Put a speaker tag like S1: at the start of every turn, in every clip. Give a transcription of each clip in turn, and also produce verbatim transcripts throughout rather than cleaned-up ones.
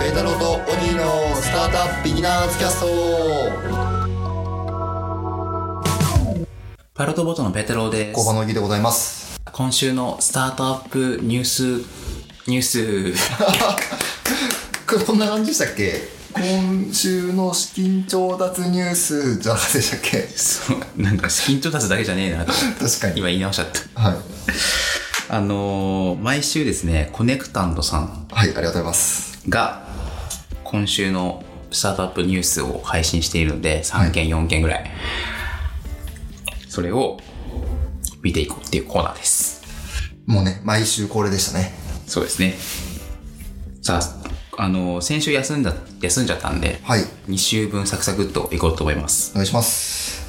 S1: イ太郎とオニーのスタートアップビギナーズキャスト。
S2: パイロットボートのペテロです。
S1: 小場のぎでございます。
S2: 今週のスタートアップニュースニュース
S1: こんな感じでしたっけ？今週の資金調達ニュースじゃなかったでしたっけ？
S2: そうなんか資金調達だけじゃねえなと
S1: 確かに
S2: 今言い直しちゃった。
S1: はい。
S2: あのー、毎週ですねコネクタントさん
S1: はい、ありがとうございます
S2: が今週のスタートアップニュースを配信しているのでさんけんよんけんぐらい、はい、それを見ていこうっていうコーナーです。
S1: もうね毎週恒例でしたね。
S2: そうですね。さあ、あの先週休んだ休んじゃったんで、はい、に週分サクサクっといこうと思います。
S1: お願いします。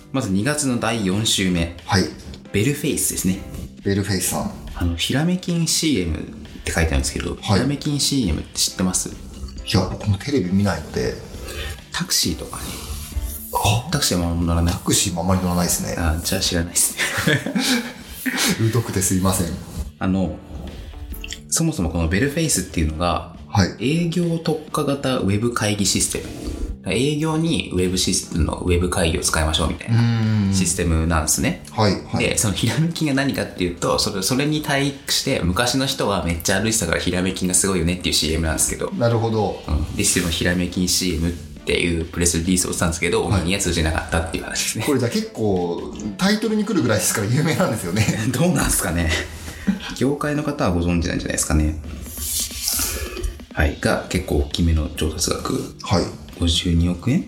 S2: まずにがつのだいよん週目、はい、ベルフェイスですね。
S1: ベルフェイスさん、
S2: あのひらめきん シーエム って書いてあるんですけど、はい、ひらめきん シーエム って知ってます？
S1: いや僕もテレビ見ないので。
S2: タクシーとかね。タクシーはあんま乗らない。
S1: タクシーもあんまり乗らないですね。
S2: あ、じゃあ知らないですね
S1: うどくてすいません。
S2: あのそもそもこのベルフェイスっていうのが、はい、営業特化型ウェブ会議システム。営業にウェブシステムのウェブ会議を使いましょうみたいなシステムなんですね。はいはい、でそのひらめきが何かっていうと、それそれに対して昔の人はめっちゃ歩いてたからひらめきがすごいよねっていう シーエム なんですけど。
S1: なるほど。
S2: うん、でそのひらめき シーエム っていうプレスリリースをしたんですけど、はい、には通じなかったっていう話ですね。
S1: これじゃ結構タイトルに来るぐらいですから有名なんですよね。
S2: どうなんですかね。業界の方はご存知なんじゃないですかね。はい、が結構大きめの調達額、はい、ごじゅうにおくえん。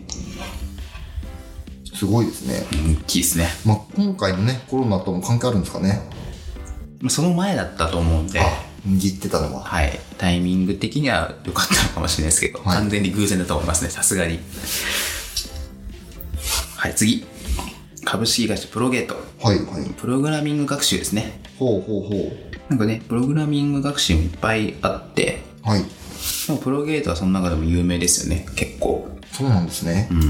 S1: すごいですね。
S2: 大きいですね。
S1: まあ、今回のねコロナとも関係あるんですかね。
S2: その前だったと思うんで、
S1: 握ってたのは、
S2: はい、タイミング的には良かったのかもしれないですけど、はい、完全に偶然だと思いますね、さすがに。はい、次、株式会社プロゲート。はいはい。プログラミング学習ですね。
S1: ほうほうほう。
S2: なんかね、プログラミング学習もいっぱいあって、はい。でもプロゲートはその中でも有名ですよね、結構。
S1: そうなんですね。
S2: うん。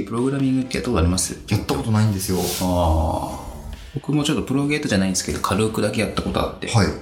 S2: プログラミングってやったことあります？
S1: やったことないんですよ。
S2: ああ。僕もちょっとプロゲートじゃないんですけど、軽くだけやったことあって。はい。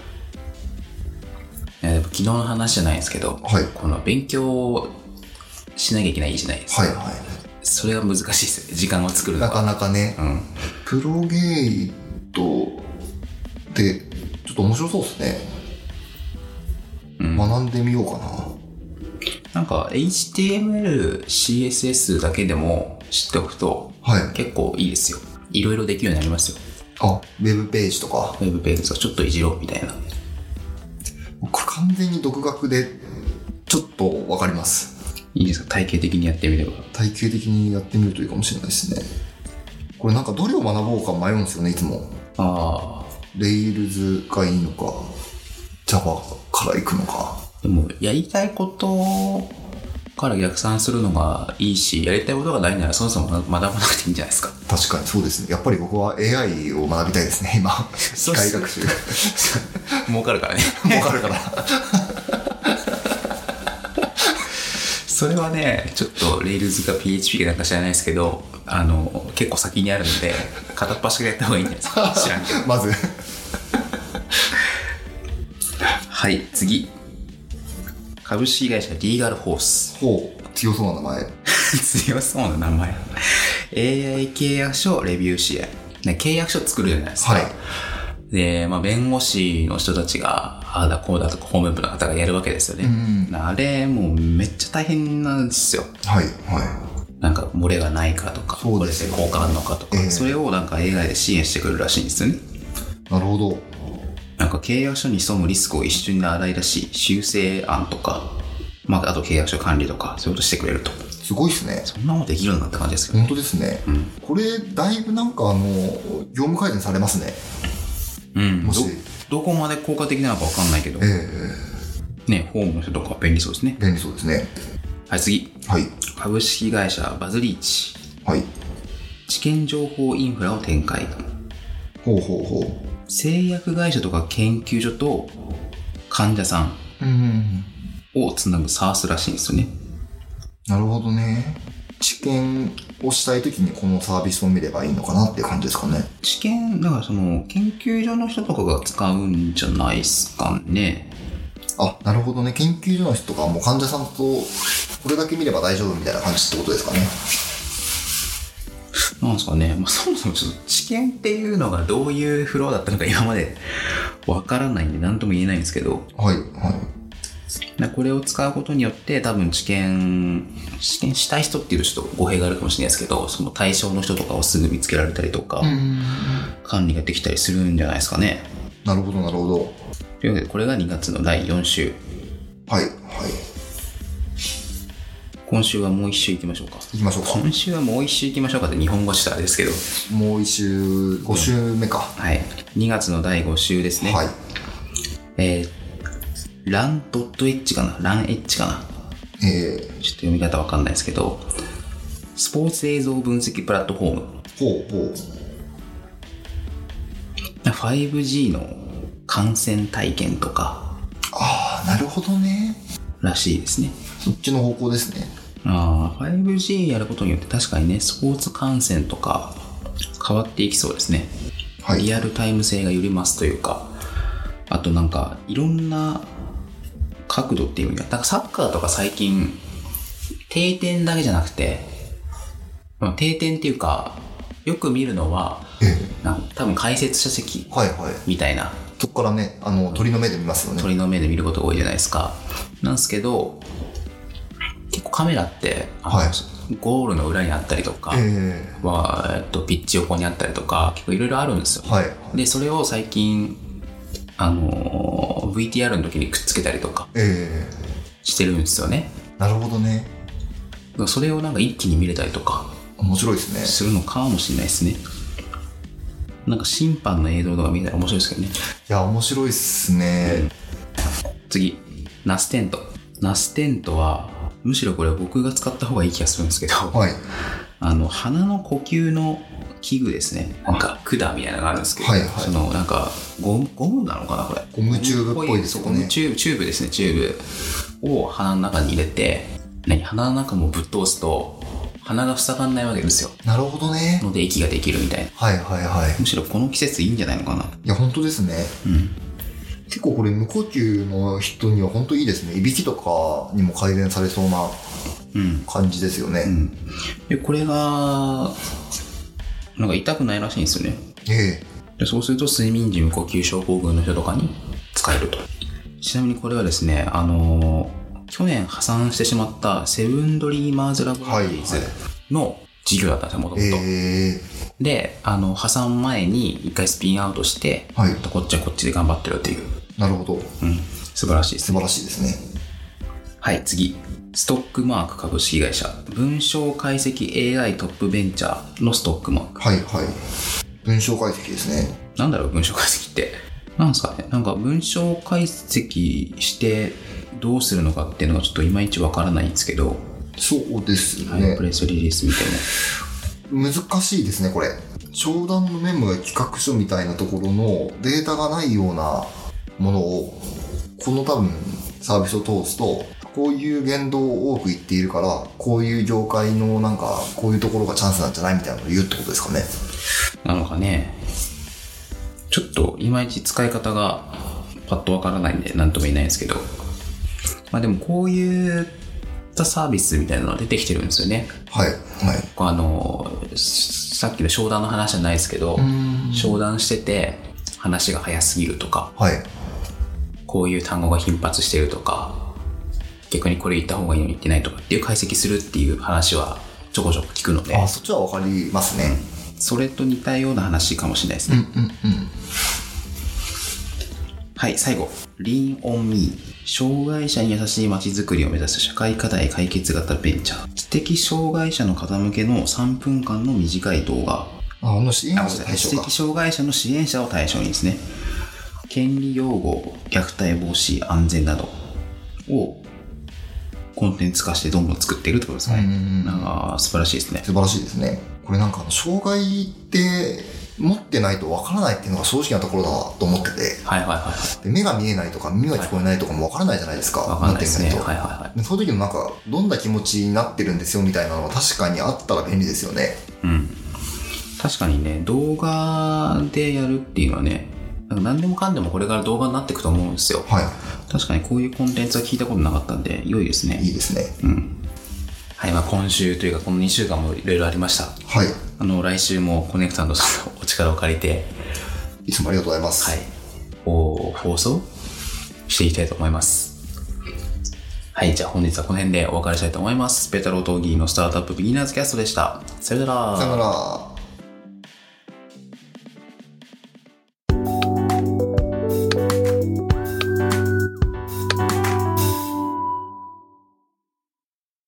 S2: やっぱ昨日の話じゃないんですけど、はい、この勉強しなきゃいけないじゃないですか。はいはい。それが難しいですよね、時間を作るのは。
S1: なかなかね。うん。プロゲートってちょっと面白そうですね。うん。学んでみようかな。
S2: なんか エイチティーエムエル、シーエスエス だけでも知っておくと、はい、結構いいですよ。いろいろできるようになりますよ。
S1: あ、ウェブページとか。
S2: ウェブページとかちょっといじろうみたいな。
S1: これ完全に独学でちょっとわかります。
S2: いいですか、体系的にやってみれば。
S1: 体系的にやってみるといいかもしれないですね。これなんかどれを学ぼうか迷うんですよね、いつも。ああ。レイルズがいいのか、Java から行くのか。
S2: でもやりたいことから逆算するのがいいし、やりたいことがないならそもそも学ばなくていいんじゃないですか。
S1: 確かにそうですね。やっぱり僕は エーアイ を学びたいですね、今。機械学習。
S2: 儲かるからね。
S1: 儲かるから。
S2: それはね、ちょっと Rails か ピーエイチピー かなんか知らないですけど、あの、結構先にあるので、片っ端からやった方がいいんじゃないですか。知らんけど。
S1: まず。
S2: はい、次。株式会社リーガルフォース。
S1: ほう、強そうな名前。
S2: 強そうな名前。エーアイ 契約書レビュー支援。ね、契約書作るじゃないですか。はい。で、まあ、弁護士の人たちが、ああだこうだとか、法務部の方がやるわけですよね。うん、あれ、もうめっちゃ大変なんですよ。はい、はい。なんか、漏れがないかとか、
S1: そうですね、
S2: これで効果あるのかとか、えー、それをなんか エーアイ で支援してくれるらしいんですよね。
S1: なるほど。
S2: なんか契約書に潜むリスクを一瞬で洗い出し、修正案とか、まあ、あと契約書管理とか、そういうことしてくれると。
S1: すごいですね。
S2: そんなもんできるんだって感じですよね。
S1: 本当ですね。うん、これ、だいぶなんかあの、業務改善されますね。
S2: うん。もしど、どこまで効果的なのかわかんないけど。ええー。ね、法務の人とか便利そうですね。
S1: 便利そうですね。
S2: はい、次。はい。株式会社バズリーチ。はい。知見情報インフラを展開。
S1: ほうほうほう。
S2: 製薬会社とか研究所と患者さんをつなぐ サース らしいんですよね。
S1: なるほどね。知見をしたいときにこのサービスを見ればいいのかなっていう感じですかね。
S2: 知見、だからその研究所の人とかが使うんじゃないですかね。
S1: あ、なるほどね。研究所の人とかもう患者さんとこれだけ見れば大丈夫みたいな感じってことですかね。
S2: なんですかね。まあ、そもそもちょっと治験っていうのがどういうフローだったのか今までわからないんで何とも言えないんですけど。
S1: はい、はい。
S2: これを使うことによって多分治験、治験したい人っていうとちょっと語弊があるかもしれないですけど、その対象の人とかをすぐ見つけられたりとか、管理ができたりするんじゃないですかね。
S1: なるほど、なるほど。
S2: というわけで、これがにがつのだいよん週。
S1: はい、はい。
S2: 今週はもう一週行きましょうか。
S1: 行きましょうか。
S2: 今週はもう一週行きましょうかって日本語したらですけど。
S1: もう一週、ご週目か。
S2: はい。にがつのだいご週ですね。
S1: はい。
S2: えー、ランドットエッジかなランエッジかなえー、ちょっと読み方わかんないですけど、スポーツ映像分析プラットフォーム。
S1: ほうほう。
S2: ファイブジー の観戦体験とか。
S1: ああ、なるほどね。
S2: らしいですね。
S1: そっちの方向ですね。
S2: ああ、ファイブジー やることによって確かにね、スポーツ観戦とか変わっていきそうですね。はい。リアルタイム性がより増すというか、あとなんかいろんな角度っていうか、なんかサッカーとか最近定点だけじゃなくて、まあ、定点っていうかよく見るのは、なんか多分解説者席みたいな。
S1: はいはい、そこからね、あの鳥の目で見ますよね。
S2: 鳥の目で見ることが多いじゃないですか。なんですけど、結構カメラってあの、はい、ゴールの裏にあったりとか、えーはえっと、ピッチ横にあったりとか結構いろいろあるんですよ、はいはい、でそれを最近あの ブイティーアール の時にくっつけたりとかしてるんですよね、
S1: えー、なるほどね。
S2: それをなんか一気に見れたりとか
S1: 面白いですね。
S2: するのかもしれないですね。なんか審判の映像とか見たら面白いですけどね。い
S1: や面白いっすね、うん、
S2: 次ナステント。ナステントはむしろこれ僕が使った方がいい気がするんですけど、はい、あの鼻の呼吸の器具ですね。なんか管みたいなのがあるんですけど、はいはい、そのなんかゴム、ゴムなのかなこれ。
S1: ゴムチューブっぽいですよね。
S2: ゴムチューブ、チューブですね。チューブを鼻の中に入れて、何鼻の中もぶっ通すと鼻が塞がんないわけですよ。
S1: なるほどね。
S2: ので息ができるみたいな。
S1: はいはいはい。
S2: むしろこの季節いいんじゃないのかな。い
S1: や本当ですね。
S2: うん。
S1: 結構これ無呼吸の人には本当いいですね。いびきとかにも改善されそうな感じですよね。うんうん、
S2: でこれがなんか痛くないらしいんですよね。ええ。でそうすると睡眠時無呼吸症候群の人とかに使えると。ちなみにこれはですね、あのー、去年破産してしまったセブンドリーマーズラボラトリーズの事業だったんですよ、もともと。で、あの破産前に一回スピンアウトして、はい、こっちはこっちで頑張ってるっていう。
S1: なるほど。うん、
S2: 素晴らしいですね。
S1: 素晴らしいですね。
S2: はい、次。ストックマーク株式会社。文章解析 エーアイ トップベンチャーのストックマーク。
S1: はいはい。文章解析ですね。
S2: なんだろう、文章解析って。なんですかね。なんか文章解析してどうするのかっていうのがちょっといまいちわからないんですけど。
S1: そうですね。
S2: はい、プレスリリースみたい
S1: な。難しいですね、これ。商談のメモや企画書みたいなところのデータがないようなものを、この多分サービスを通すと、こういう言動を多く言っているから、こういう業界のなんか、こういうところがチャンスなんじゃないみたいなのを言うってことですかね。
S2: なのかね。ちょっといまいち使い方がパッとわからないんで何とも言えないんですけど。まあでもこういったサービスみたいなのが出てきてるんですよね。
S1: はい。はい。
S2: あの、さっきの商談の話じゃないですけど、商談してて話が早すぎるとか、はい、こういう単語が頻発してるとか、逆にこれ言った方がいいのに言ってないとかっていう解析するっていう話はちょこちょこ聞くので。
S1: あ、そっちはわかりますね、
S2: うん。それと似たような話かもしれないですね。うんうんうん。はい、最後。Lean on Me。障害者に優しい街づくりを目指す社会課題解決型ベンチャー。知的障害者の方向けのさんぷんかんの短い動画。
S1: あ、あの支援者を対象か。
S2: 知的障害者の支援者を対象にですね、権利擁護、虐待防止、安全などをコンテンツ化してどんどん作っているってことですかね。うんなんか素晴らしいですね。
S1: 素晴らしいですね。これなんか障害って持ってないとわからないっていうのが正直なところだと思ってて、
S2: はいはいはい、
S1: で目が見えないとか耳が聞こえないとかもわからないじゃないですか。
S2: わからないですね。はいはいはい。
S1: でその時のなんかどんな気持ちになってるんですよみたいなのは確かにあったら便利ですよね。
S2: うん。確かにね、動画でやるっていうのはね、 なんか何でもかんでもこれから動画になっていくと思うんですよ。
S1: はい。
S2: 確かにこういうコンテンツは聞いたことなかったんで、良いですね。
S1: いいですね。
S2: うん。はい、まあ今週というかこのにしゅうかんもいろいろありました。
S1: はい。
S2: あの、来週もコネクタントさんのお力を借りて、
S1: いつもありがとうございます。
S2: はい。お放送していきたいと思います。はい、じゃあ本日はこの辺でお別れしたいと思います。ペータロー・トーギーのスタートアップビギナーズキャストでした。さよなら。
S1: さよなら。